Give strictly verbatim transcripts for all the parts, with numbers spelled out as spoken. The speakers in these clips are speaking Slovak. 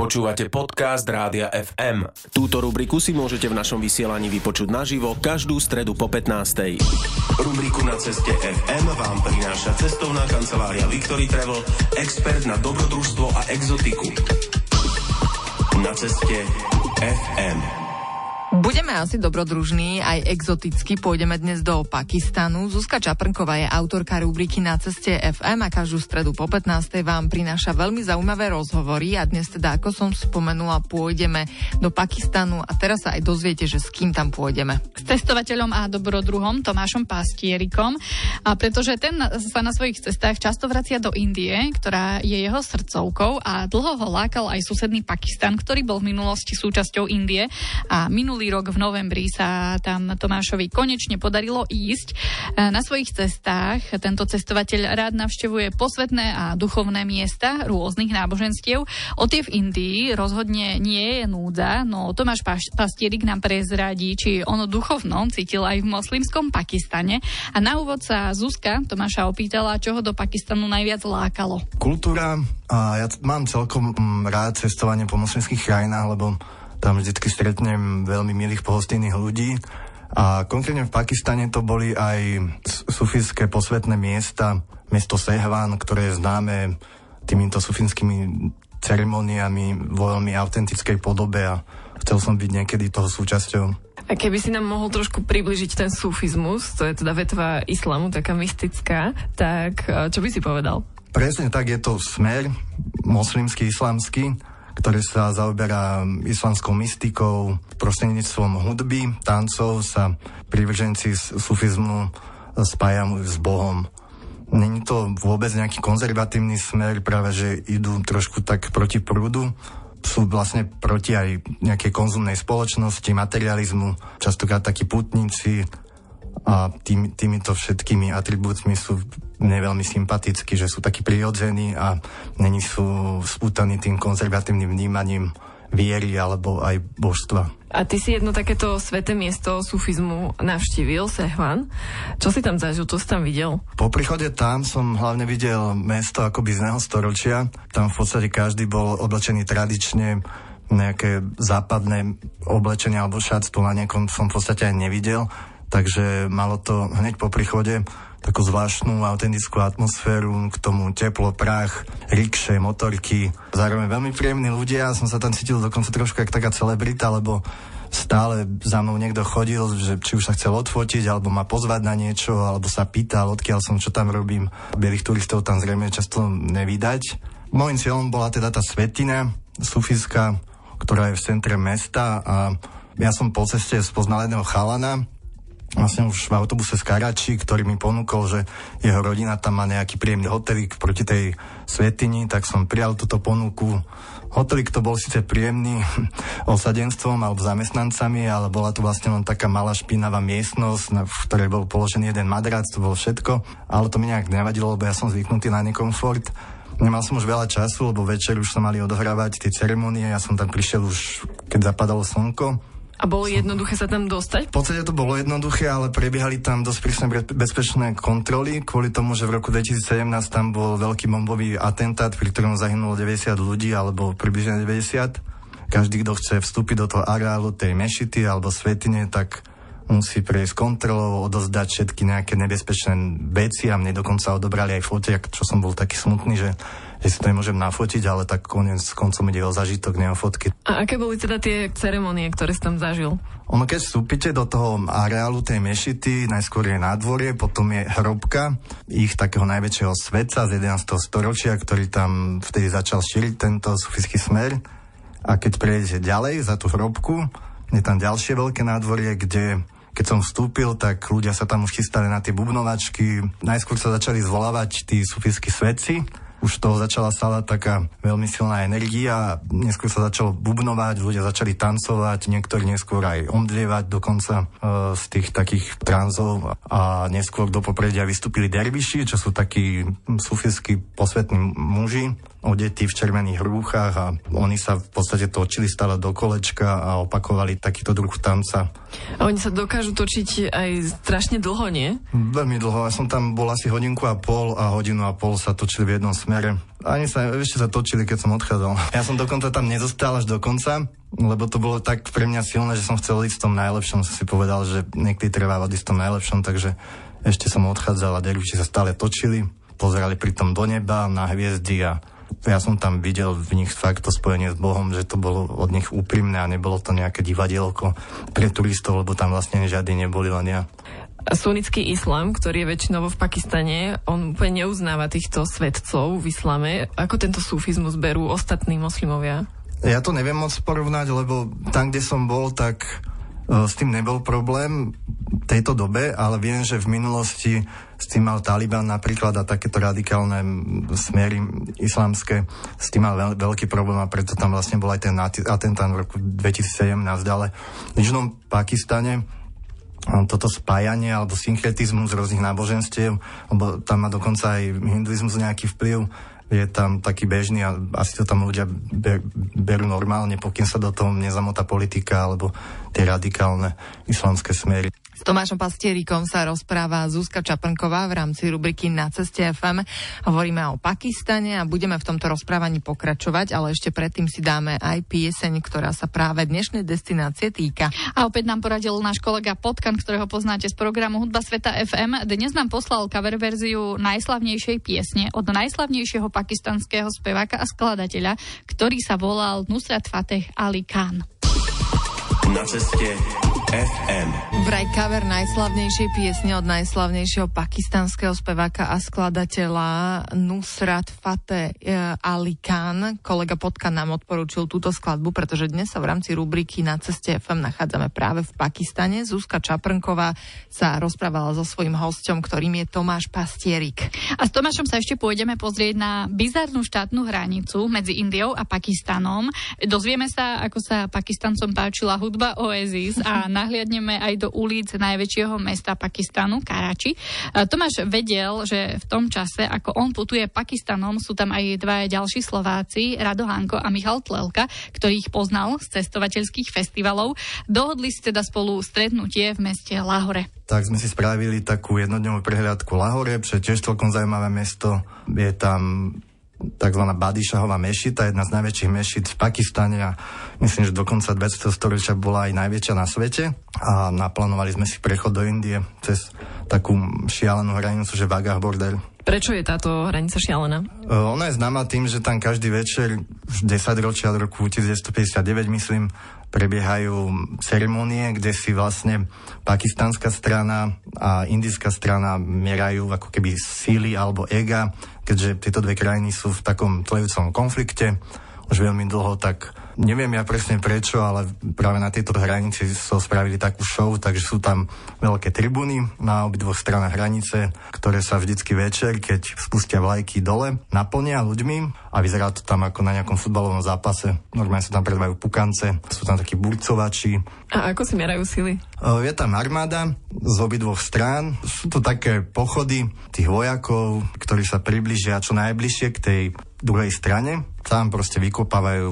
Počúvate podcast Rádia ef em. Túto rubriku si môžete v našom vysielaní vypočuť naživo každú stredu po pätnástej. Rubriku Na ceste ef em vám prináša cestovná kancelária Victory Travel, expert na dobrodružstvo a exotiku. Na ceste ef em. Budeme asi dobrodružní, aj exoticky. Pôjdeme dnes do Pakistanu. Zuzka Čaprnková je autorka rubriky Na ceste ef em a každú stredu po pätnástej vám prináša veľmi zaujímavé rozhovory a dnes teda, ako som spomenula, pôjdeme do Pakistanu a teraz sa aj dozviete, že s kým tam pôjdeme. S cestovateľom a dobrodruhom Tomášom Pastierikom, a pretože ten sa na svojich cestách často vracia do Indie, ktorá je jeho srdcovkou, a dlho ho lákal aj susedný Pakistan, ktorý bol v minulosti súčasťou Indie, a minulý rok v novembri sa tam Tomášovi konečne podarilo ísť. Na svojich cestách tento cestovateľ rád navštevuje posvetné a duchovné miesta rôznych náboženstiev. O tie v Indii rozhodne nie je núdza, no Tomáš Pastierik nám prezradí, či ono duchovno cítil aj v moslimskom Pakistane. A na úvod sa Zuzka Tomáša opýtala, čo ho do Pakistanu najviac lákalo. Kultúra. A ja mám celkom rád cestovanie po moslimských krajinách, lebo tam vždycky stretnem veľmi milých, pohostinných ľudí. A konkrétne v Pakistane to boli aj sufijské posvetné miesta, mesto Sehvan, ktoré je známe týmito sufijskými ceremoniami vo veľmi autentickej podobe, a chcel som byť niekedy toho súčasťou. A keby si nám mohol trošku približiť ten sufizmus, to je teda vetva islamu, taká mystická, tak čo by si povedal? Presne tak, je to smer moslimský, islamský, ktorý sa zaoberá islamskou mystikou, prostredníctvom hudby, tancov sa privrženci sufizmu spájajú s Bohom. Není to vôbec nejaký konzervatívny smer, práve že idú trošku tak proti prúdu. Sú vlastne proti aj nejakej konzumnej spoločnosti, materializmu, častokrát takí putníci, a tým, týmito všetkými atribútmi sú mne veľmi sympatickí, že sú takí prirodzení a není sú spútaní tým konzervatívnym vnímaním viery alebo aj božstva. A ty si jedno takéto sväté miesto sufizmu navštívil, Sehvan. Čo si tam zažil, čo si tam videl? Po príchode tam som hlavne videl mesto akoby z iného storočia. Tam v podstate každý bol oblečený tradične, nejaké západné oblečenie alebo šatstvo na niekom som v podstate aj nevidel. Takže malo to hneď po príchode takú zvláštnu autentickú atmosféru, k tomu teplo, prach, rikše, motorky. Zároveň veľmi príjemní ľudia, som sa tam cítil dokonca trošku jak taká celebrita, lebo stále za mnou niekto chodil, že či už sa chcel odfotiť, alebo ma pozvať na niečo, alebo sa pýtal, odkiaľ som, čo tam robím. Bielých turistov tam zrejme často nevydať. Mojím cieľom bola teda tá svätyňa sufijská, ktorá je v centre mesta, a ja som po ceste spoznal jedného chalana, vlastne už v autobuse z Karači, ktorý mi ponúkol, že jeho rodina tam má nejaký príjemný hotelík proti tej svätyni, tak som prijal túto ponuku. Hotelík to bol síce príjemný osadenstvom alebo zamestnancami, ale bola tu vlastne len taká malá špinavá miestnosť, v ktorej bol položený jeden madrac, to bolo všetko, ale to mi nejak nevadilo, lebo ja som zvyknutý na nekomfort. Nemal som už veľa času, lebo večer už sa mali odohrávať tie ceremonie, ja som tam prišiel už, keď zapadalo slnko. A bolo jednoduché sa tam dostať? V podstate to bolo jednoduché, ale prebiehali tam dosť prísne bezpečné kontroly, kvôli tomu, že v roku dvetisícsedemnásť tam bol veľký bombový atentát, pri ktorom zahynulo deväťdesiat ľudí, alebo približne deväťdesiat. Každý, kto chce vstúpiť do toho areálu tej mešity alebo svätyne, tak musí prejsť kontrolou, odozdať všetky nejaké nebezpečné veci, a mne dokonca odobrali aj fotiak, čo som bol taký smutný, že že si to nemôžem nafotiť, ale tak konec koncom ide o zažitok, nie o fotky. A aké boli teda tie ceremonie, ktoré si tam zažil? Ono, keď vstúpite do toho areálu tej mešity, najskôr je nádvorie, potom je hrobka ich takého najväčšieho svetca z jedenásteho storočia, ktorý tam vtedy začal šíriť tento sufijský smer. A keď prejdete ďalej za tú hrobku, je tam ďalšie veľké nádvorie, kde keď som vstúpil, tak ľudia sa tam už chystali na tie bubnovačky. Najskôr sa začali zvolávať tí sufijskí svetci. Už toho začala stále taká veľmi silná energia, neskôr sa začalo bubnovať, ľudia začali tancovať, niektorí neskôr aj omdlievať dokonca e, z tých takých tranzov, a neskôr do popredia vystúpili derviši, čo sú takí sufijskí posvetní muži, odetí v červených rúchach, a oni sa v podstate točili stále do kolečka a opakovali takýto druh tanca. A oni sa dokážu točiť aj strašne dlho, nie? Veľmi dlho, ja som tam bol asi hodinku a pol a hodinu a pol sa točili v jednom smere. smere. Ani sa, ešte sa točili, keď som odchádzal. Ja som dokonca tam nezostal až do konca, lebo to bolo tak pre mňa silné, že som chcel ísť v tom najlepšom. Som si povedal, že niekedy treba ísť v tom najlepšom, takže ešte som odchádzal a derviši sa stále točili. Pozerali pritom do neba, na hviezdy a ja som tam videl v nich fakt to spojenie s Bohom, že to bolo od nich úprimné a nebolo to nejaké divadielko pre turistov, lebo tam vlastne žiadni neboli, len ja. Sunnický islám, ktorý je väčšinou v Pakistane, on úplne neuznáva týchto svetcov v islame. Ako tento sufizmus berú ostatní moslimovia? Ja to neviem moc porovnať, lebo tam, kde som bol, tak uh, s tým nebol problém v tejto dobe, ale viem, že v minulosti s tým mal Taliban napríklad a takéto radikálne smery islamské, s tým mal veľ, veľký problém a preto tam vlastne bol aj ten atentát v roku dvetisícsedemnásť, ale v Južnom Pakistane toto spájanie alebo synkretizmus rôznych náboženstiev, lebo tam má dokonca aj hinduizmus nejaký vplyv, je tam taký bežný a asi to tam ľudia ber, berú normálne, pokým sa do toho nezamotá politika alebo tie radikálne islamské smery. S Tomášom Pastierikom sa rozpráva Zuzka Čaprnková v rámci rubriky Na ceste ef em. Hovoríme o Pakistane a budeme v tomto rozprávaní pokračovať, ale ešte predtým si dáme aj pieseň, ktorá sa práve dnešnej destinácie týka. A opäť nám poradil náš kolega Potkan, ktorého poznáte z programu Hudba sveta ef em. Dnes nám poslal cover verziu najslavnejšej piesne od najslavnejšieho pakistanského speváka a skladateľa, ktorý sa volal Nusrat Fateh Ali Khan. Na ceste ef em. Vraj cover najslavnejšej piesne od najslavnejšieho pakistanského speváka a skladateľa Nusrat Fateh Ali Khan. Kolega Potkan nám odporúčil túto skladbu, pretože dnes sa v rámci rubriky Na ceste ef em nachádzame práve v Pakistane. Zuzka Čaprnková sa rozprávala so svojím hosťom, ktorým je Tomáš Pastierik. A s Tomášom sa ešte pôjdeme pozrieť na bizarnú štátnu hranicu medzi Indiou a Pakistanom. Dozvieme sa, ako sa Pakistancom páčila hudba Oasis a nahliadneme aj do ulic najväčšieho mesta Pakistanu, Karači. Tomáš vedel, že v tom čase, ako on putuje Pakistanom, sú tam aj dva ďalší Slováci, Rado Hanko a Michal Tlelka, ktorých poznal z cestovateľských festivalov. Dohodli si teda spolu stretnutie v meste Lahore. Tak sme si spravili takú jednodňovú prehliadku Lahore, čo je tiež celkom zaujímavé mesto. Je tam takzvaná Badišahová mešita, jedna z najväčších mešít v Pakistane a myslím, že dokonca dvadsiateho storočia bola aj najväčšia na svete a naplánovali sme si prechod do Indie cez takú šialenú hranicu, že Vagah border. Prečo je táto hranica šialená? Uh, ona je známa tým, že tam každý večer v desaťročia od roku devätnásťstopäťdesiatdeväť, myslím, prebiehajú ceremonie, kde si vlastne pakistánska strana a indická strana merajú ako keby síly alebo ega, keďže tieto dve krajiny sú v takom tlejúcom konflikte už veľmi dlho, tak neviem ja presne prečo, ale práve na tejto hranici so spravili takú show, takže sú tam veľké tribúny na obidvoch stranách hranice, ktoré sa vždycky večer, keď spustia vlajky dole, naplnia ľuďmi a vyzerá to tam ako na nejakom futbalovom zápase. Normálne sa tam predvajú pukance, sú tam takí burcovači. A ako si merajú sily? Je tam armáda z obidvoch strán. Sú to také pochody tých vojakov, ktorí sa približia čo najbližšie k tej druhej strane. Tam proste vykopávajú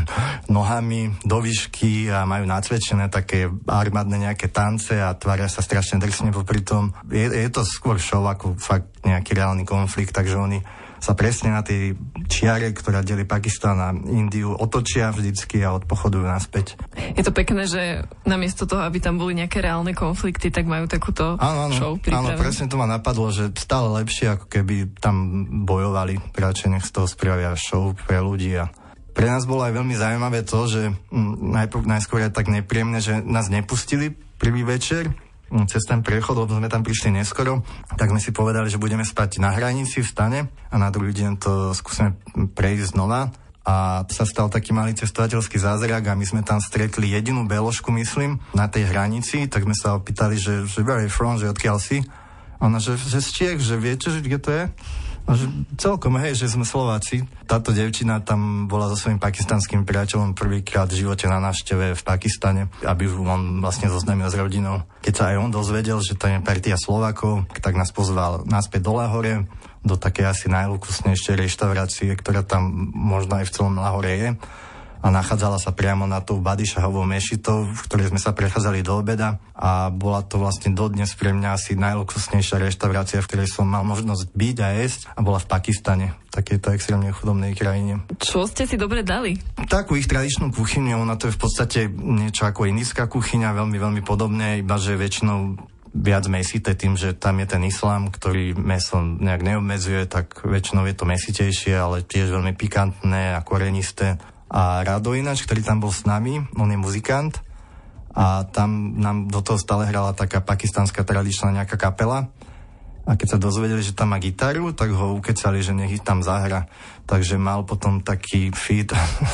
nohami do výšky a majú nacvičené také armádne nejaké tance a tvária sa strašne drsne popri tom. Je, je to skôr show ako fakt nejaký reálny konflikt, takže oni sa presne na tej čiare, ktorá delí Pakistan a Indiu, otočia vždycky a odpochodujú naspäť. Je to pekné, že namiesto toho, aby tam boli nejaké reálne konflikty, tak majú takúto áno, áno, show pripravenú. Áno, presne to ma napadlo, že stále lepšie, ako keby tam bojovali. Radšej nech z toho spravia show pre ľudí. A pre nás bolo aj veľmi zaujímavé to, že najprv, najskôr je tak nepríjemné, že nás nepustili prvý večer cez ten priechod, lebo sme tam prišli neskoro, tak sme si povedali, že budeme spať na hranici v stane a na druhý deň to skúsime prejsť znova. A sa stal taký malý cestovateľský zázrak a my sme tam stretli jedinú beložku, myslím, na tej hranici, tak sme sa opýtali, že, že where are you from, že odkiaľ si? A ona, že, že z Čiech, že viete, že kde to je? A že celkom, hej, že sme Slováci. Táto devčina tam bola so svojím pakistanským priateľom prvýkrát v živote na návšteve v Pakistane, aby on vlastne zoznámil s rodinou. Keď sa aj on dozvedel, že tam je partia Slovákov, tak nás pozval naspäť do Lahore, do takej asi najlukusnejšej reštaurácie, ktorá tam možno aj v celom Lahore je. a nachádzala sa priamo na tou Badišahovou mešitou, v ktorej sme sa prechádzali do obeda a bola to vlastne dodnes pre mňa asi najluxusnejšia reštaurácia, v ktorej som mal možnosť byť a jesť a bola v Pakistane, v takejto extrémne chudobnej krajine. Čo ste si dobre dali? Takú ich tradičnú kuchyňu, ona to je v podstate niečo ako indická kuchyňa, veľmi, veľmi podobné, iba že väčšinou viac mesité tým, že tam je ten islám, ktorý mäso nejak neobmedzuje, tak väčšinou je to mesitejšie, ale tiež veľmi pikantné a korenisté. A Rado ináč, ktorý tam bol s nami, on je muzikant a tam nám do toho stále hrala taká pakistanská tradičná nejaká kapela a keď sa dozvedeli, že tam má gitaru, tak ho ukecali, že nech ich tam zahra. Takže mal potom taký feat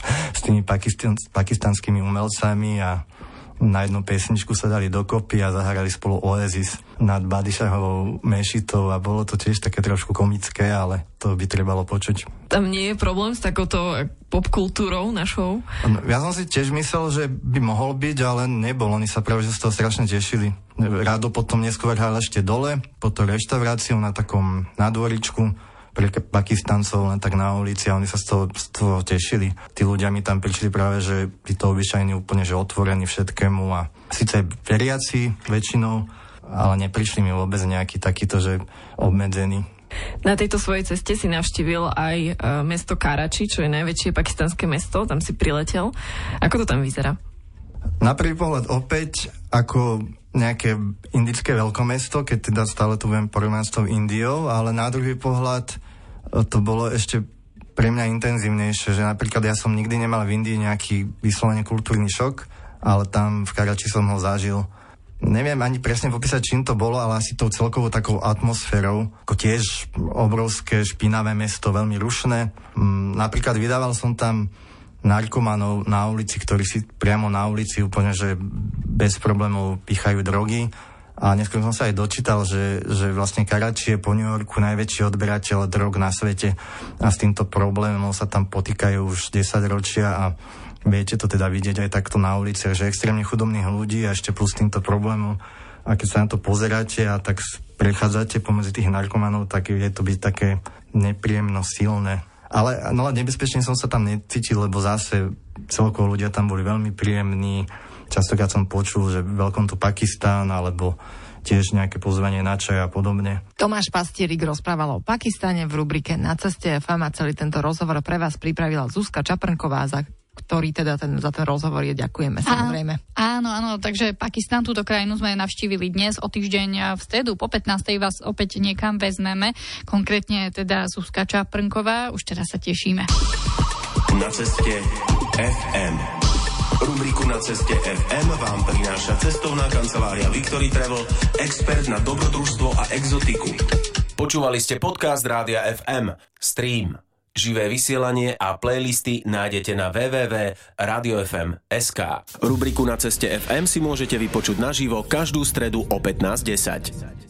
s tými pakistan- pakistanskými umelcami a na jednu piesničku sa dali dokopy a zahrali spolu Oasis nad Badišahovou mešitou a bolo to tiež také trošku komické, ale to by trebalo počuť. Tam nie je problém s takouto popkultúrou našou? Ja som si tiež myslel, že by mohol byť, ale nebol. Oni sa práve že z toho strašne tešili. Rado potom neskôr hral ešte dole, po to reštauráciu na takom nadvoričku pre Pakistancov len tak na ulici a oni sa z toho, z toho tešili. Tí ľudia mi tam prišli práve, že tí to obyčajní úplne že otvorení všetkému a síce veriaci väčšinou, ale neprišli mi vôbec nejaký takýto, že obmedzení. Na tejto svojej ceste si navštívil aj e, mesto Karači, čo je najväčšie pakistanské mesto, tam si priletel. Ako to tam vyzerá? Na prvý pohľad opäť ako nejaké indické veľkomesto, keď teda stále tu budem porovnať s tou Indiou, ale na druhý pohľad to bolo ešte pre mňa intenzívnejšie, že napríklad ja som nikdy nemal v Indii nejaký vyslovene kultúrny šok, ale tam v Karači som ho zažil. Neviem ani presne popísať, čím to bolo, ale asi tou celkovou takou atmosférou, ako tiež obrovské špinavé mesto, veľmi rušné. Napríklad vydával som tam narkomanov na ulici, ktorí si priamo na ulici úplne, že bez problémov pichajú drogy. A neskôr som sa aj dočítal, že, že vlastne Karači je po New Yorku najväčší odberateľ drog na svete a s týmto problémom sa tam potýkajú už desaťročia a viete to teda vidieť aj takto na ulici, že extrémne chudobných ľudí a ešte plus týmto problémom. A keď sa na to pozeráte a tak prechádzate pomedzi tých narkomanov, tak je to byť také nepríjemno silné. Ale no, nebezpečne som sa tam necítil, lebo zase celkovo ľudia tam boli veľmi príjemní. Častokrát som počul, že Welcome to Pakistan, alebo tiež nejaké pozvanie na čaj a podobne. Tomáš Pastierik rozprával o Pakistane v rubrike Na ceste ef em a celý tento rozhovor pre vás pripravila Zuzka Čaprnková, za ktorý teda ten, za ten rozhovor je ďakujeme samozrejme. Áno, áno, takže Pakistan, túto krajinu sme navštívili dnes, o týždeň v stredu po pätnástej vás opäť niekam vezmeme, konkrétne teda Zuzka Čaprnková, už teraz sa tešíme. Na ceste ef em. Rubriku Na ceste ef em vám prináša cestovná kancelária Victory Travel, expert na dobrodružstvo a exotiku. Počúvali ste podcast Rádia ef em. Stream. Živé vysielanie a playlisty nájdete na w w w bodka radio ef em bodka es ká. Rubriku Na ceste ef em si môžete vypočuť naživo každú stredu o pätnásť desať.